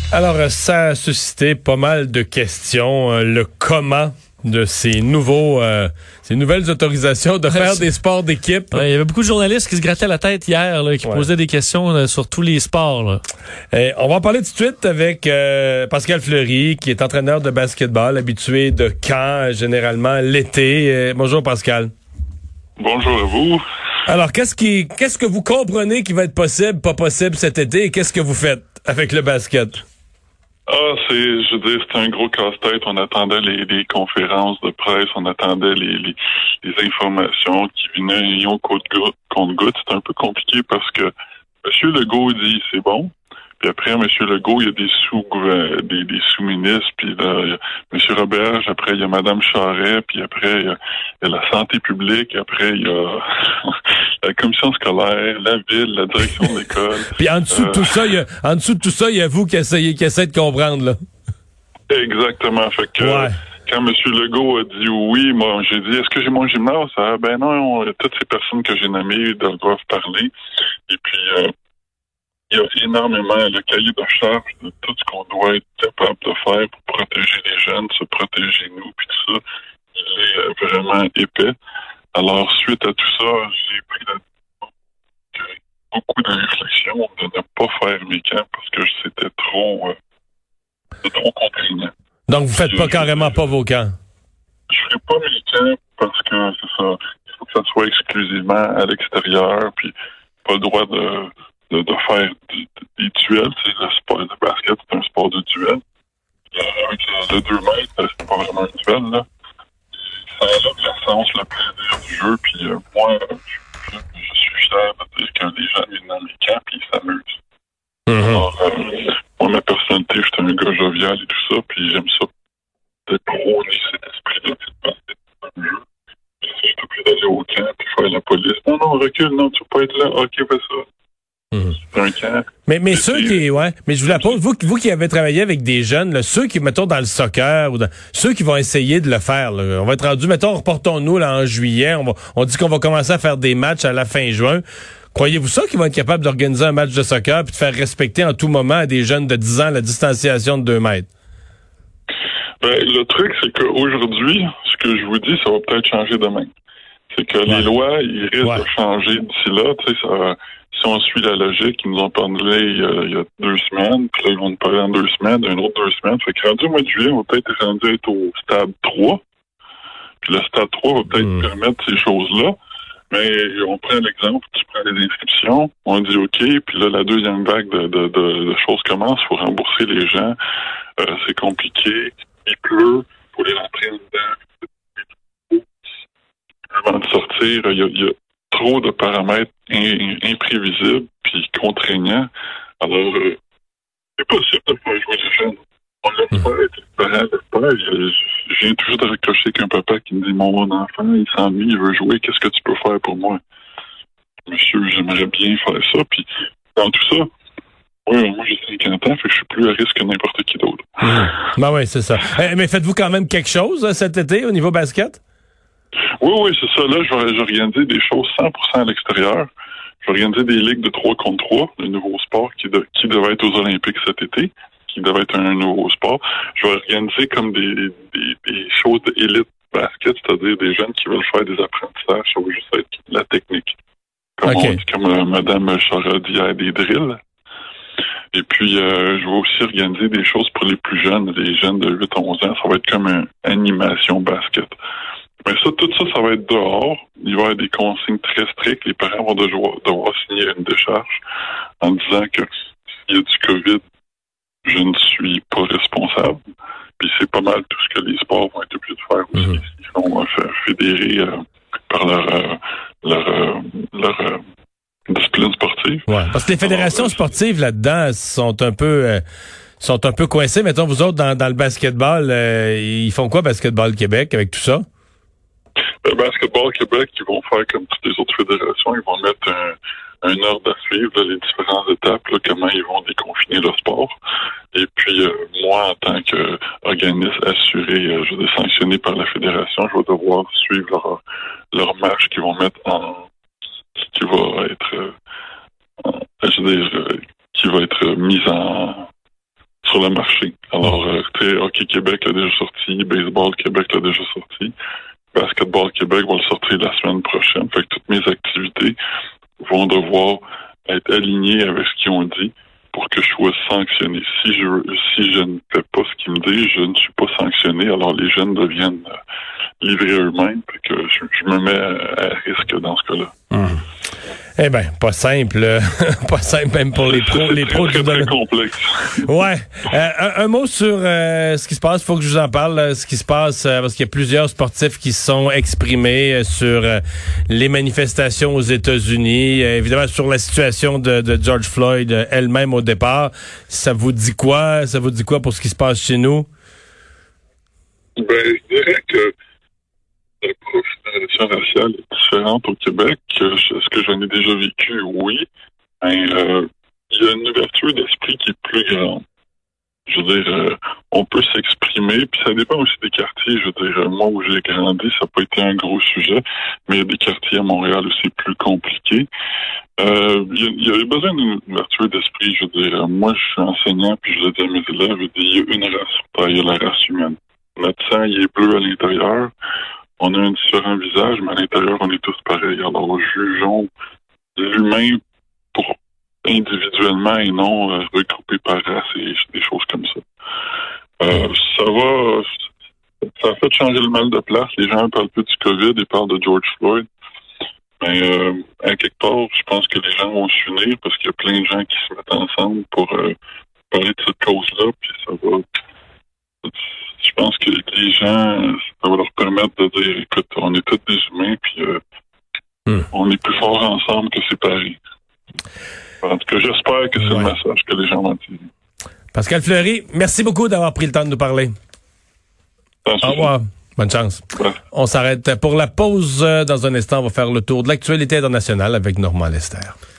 Alors, ça a suscité pas mal de questions. Le comment de ces nouvelles autorisations de faire des sports d'équipe. Ouais, il y avait beaucoup de journalistes qui se grattaient la tête hier, là, qui posaient des questions sur tous les sports. Là. On va en parler tout de suite avec Pascal Fleury, qui est entraîneur de basketball, habitué de camp, généralement l'été. Bonjour Pascal. Bonjour à vous. Alors, qu'est-ce que vous comprenez qui va être possible, pas possible cet été, et qu'est-ce que vous faites avec le basket? C'est un gros casse-tête. On attendait les conférences de presse, on attendait les informations qui venaient compte-gouttes. C'est un peu compliqué parce que M. Legault dit c'est bon. Puis après, M. Legault, il y a des sous-ministres, puis là, il y a M. Roberge, après, il y a Mme Charest, puis après, il y a la santé publique, après, il y a la commission scolaire, la ville, la direction de l'école. Puis en dessous de tout ça, il y a vous qui essayez de comprendre, là. Exactement. Fait que quand M. Legault a dit oui, moi, j'ai dit, est-ce que j'ai mon gymnase? Ben non, toutes ces personnes que j'ai nommées doivent parler. Et puis, il y a énormément le cahier de charge de tout ce qu'on doit être capable de faire pour protéger les jeunes, se protéger nous, puis tout ça. Il est vraiment épais. Alors, suite à tout ça, j'ai pris beaucoup de réflexion de ne pas faire mes camps parce que c'était trop contraignant. Donc, vous faites pas carrément pas vos camps? Je ferai pas mes camps parce que c'est ça. Il faut que ça soit exclusivement à l'extérieur, puis pas le droit de faire des duels. Le sport de basket, c'est un sport de duel. Avec le 2 mètres, c'est pas vraiment un duel, là. Ça enlève l'essence, le plaisir du jeu, puis moi, je suis fier de dire que les gens viennent dans mes camps, puis ils s'amusent. Alors, moi, ma personnalité, je suis un gars jovial et tout ça, puis j'aime ça de prôner cet esprit-là, c'est un jeu. Je peux plus d'aller au camp, puis faire la police. Non, recule, non, tu peux pas être là. OK, fais ça. C'est un camp. Mais ceux qui, mais je vous la pose, vous qui avez travaillé avec des jeunes, là, ceux qui, mettons, dans le soccer, ou ceux qui vont essayer de le faire, là, on va être rendu, mettons, reportons-nous là en juillet, on dit qu'on va commencer à faire des matchs à la fin juin. Croyez-vous ça qu'ils vont être capables d'organiser un match de soccer puis de faire respecter en tout moment à des jeunes de 10 ans la distanciation de 2 mètres? Ben, le truc, c'est qu'aujourd'hui, ce que je vous dis, ça va peut-être changer demain. C'est que les lois, ils risquent de changer d'ici là. Tu sais, si on suit la logique, ils nous ont parlé il y a 2 semaines, puis là, ils vont nous parler en 2 semaines, un autre 2 semaines. Fait que rendu au mois de juillet, on va peut-être être au stade 3. Puis le stade 3 va peut-être permettre ces choses-là. Mais on prend l'exemple, tu prends les inscriptions, on dit OK, puis là, la deuxième vague de choses commence, il faut rembourser les gens, c'est compliqué, il pleut, il faut les rentrer dedans. Avant de sortir, il y a trop de paramètres imprévisibles puis contraignants. Alors, c'est possible de faire jouer les jeunes. On l'a pas, je viens toujours de raccrocher qu'un papa qui me dit mon enfant, il s'ennuie, il veut jouer, qu'est-ce que tu peux faire pour moi? Monsieur, j'aimerais bien faire ça. Puis dans tout ça, moi j'ai 50 ans, fait que je suis plus à risque que n'importe qui d'autre. Ben oui, c'est ça. Mais faites-vous quand même quelque chose cet été au niveau basket? Oui, c'est ça. Là, je vais organiser des choses 100% à l'extérieur. Je vais organiser des ligues de 3 contre 3, le nouveau sport qui devait être aux Olympiques cet été, qui devait être un nouveau sport. Je vais organiser comme des choses d'élite basket, c'est-à-dire des jeunes qui veulent faire des apprentissages, ça va juste être la technique. Comme Mme Charest dit, des drills. Et puis, je vais aussi organiser des choses pour les plus jeunes, les jeunes de 8 à 11 ans. Ça va être comme une animation basket. Mais tout ça va être dehors. Il va y avoir des consignes très strictes. Les parents vont devoir signer une décharge en disant que s'il y a du COVID, je ne suis pas responsable. Puis c'est pas mal tout ce que les sports vont être obligés de faire aussi. Ils vont fédérer par leur discipline sportive. Ouais. Parce que les fédérations sportives là-dedans sont un peu coincées. Mettons, vous autres, dans le basketball, ils font quoi, Basketball Québec, avec tout ça? Le Basketball Québec, ils vont faire comme toutes les autres fédérations. Ils vont mettre un ordre à suivre, là, les différentes étapes, là, comment ils vont déconfiner le sport. Et puis, moi, en tant qu'organisme assuré, je vais être sanctionné par la fédération, je vais devoir suivre leur marche qu'ils vont mettre qui va être, qui va être mise sur le marché. Alors, tu sais, Hockey Québec l'a déjà sorti, Baseball Québec l'a déjà sorti, Basketball Québec va le sortir la semaine prochaine. Fait que toutes mes activités vont devoir être alignées avec ce qu'ils ont dit pour que je sois sanctionné. Si je ne fais pas ce qu'ils me disent, je ne suis pas sanctionné. Alors, les jeunes deviennent livrés eux-mêmes. Fait que je me mets à risque dans ce cas-là. Eh ben, pas simple. Pas simple même pour les pros. Les pros très, très complexe. Ouais. Un mot sur ce qui se passe. Il faut que je vous en parle. Ce qui se passe, parce qu'il y a plusieurs sportifs qui se sont exprimés sur les manifestations aux États-Unis. Évidemment, sur la situation de George Floyd elle-même au départ. Ça vous dit quoi? Ça vous dit quoi pour ce qui se passe chez nous? Ben, je dirais que la profession raciale est différente au Québec. Ce que j'en ai déjà vécu, oui. Mais il y a une ouverture d'esprit qui est plus grande. Je veux dire, on peut s'exprimer, puis ça dépend aussi des quartiers. Je veux dire, moi où j'ai grandi, ça n'a pas été un gros sujet, mais il y a des quartiers à Montréal où c'est plus compliqué. Il y a besoin d'une ouverture d'esprit. Je veux dire, moi je suis enseignant, puis je le dis à mes élèves, je dis, il y a une race sur Terre, il y a la race humaine. Notre sang, il est bleu à l'intérieur. On a un différent visage, mais à l'intérieur, on est tous pareils. Alors, jugeons l'humain pour individuellement et non regroupé par race et des choses comme ça. Ça a fait changer le mal de place. Les gens parlent plus du COVID, ils parlent de George Floyd. Mais à quelque part, je pense que les gens vont s'unir parce qu'il y a plein de gens qui se mettent ensemble pour parler de cette cause-là, puis ça va... Je pense que les gens, ça va leur permettre de dire, écoute, on est tous des humains, puis on est plus forts ensemble que séparés. En tout cas, j'espère que c'est le message que les gens vont tirer. Pascal Fleury, merci beaucoup d'avoir pris le temps de nous parler. Au revoir. Bonne chance. Ouais. On s'arrête pour la pause. Dans un instant, on va faire le tour de l'actualité internationale avec Normand Lester.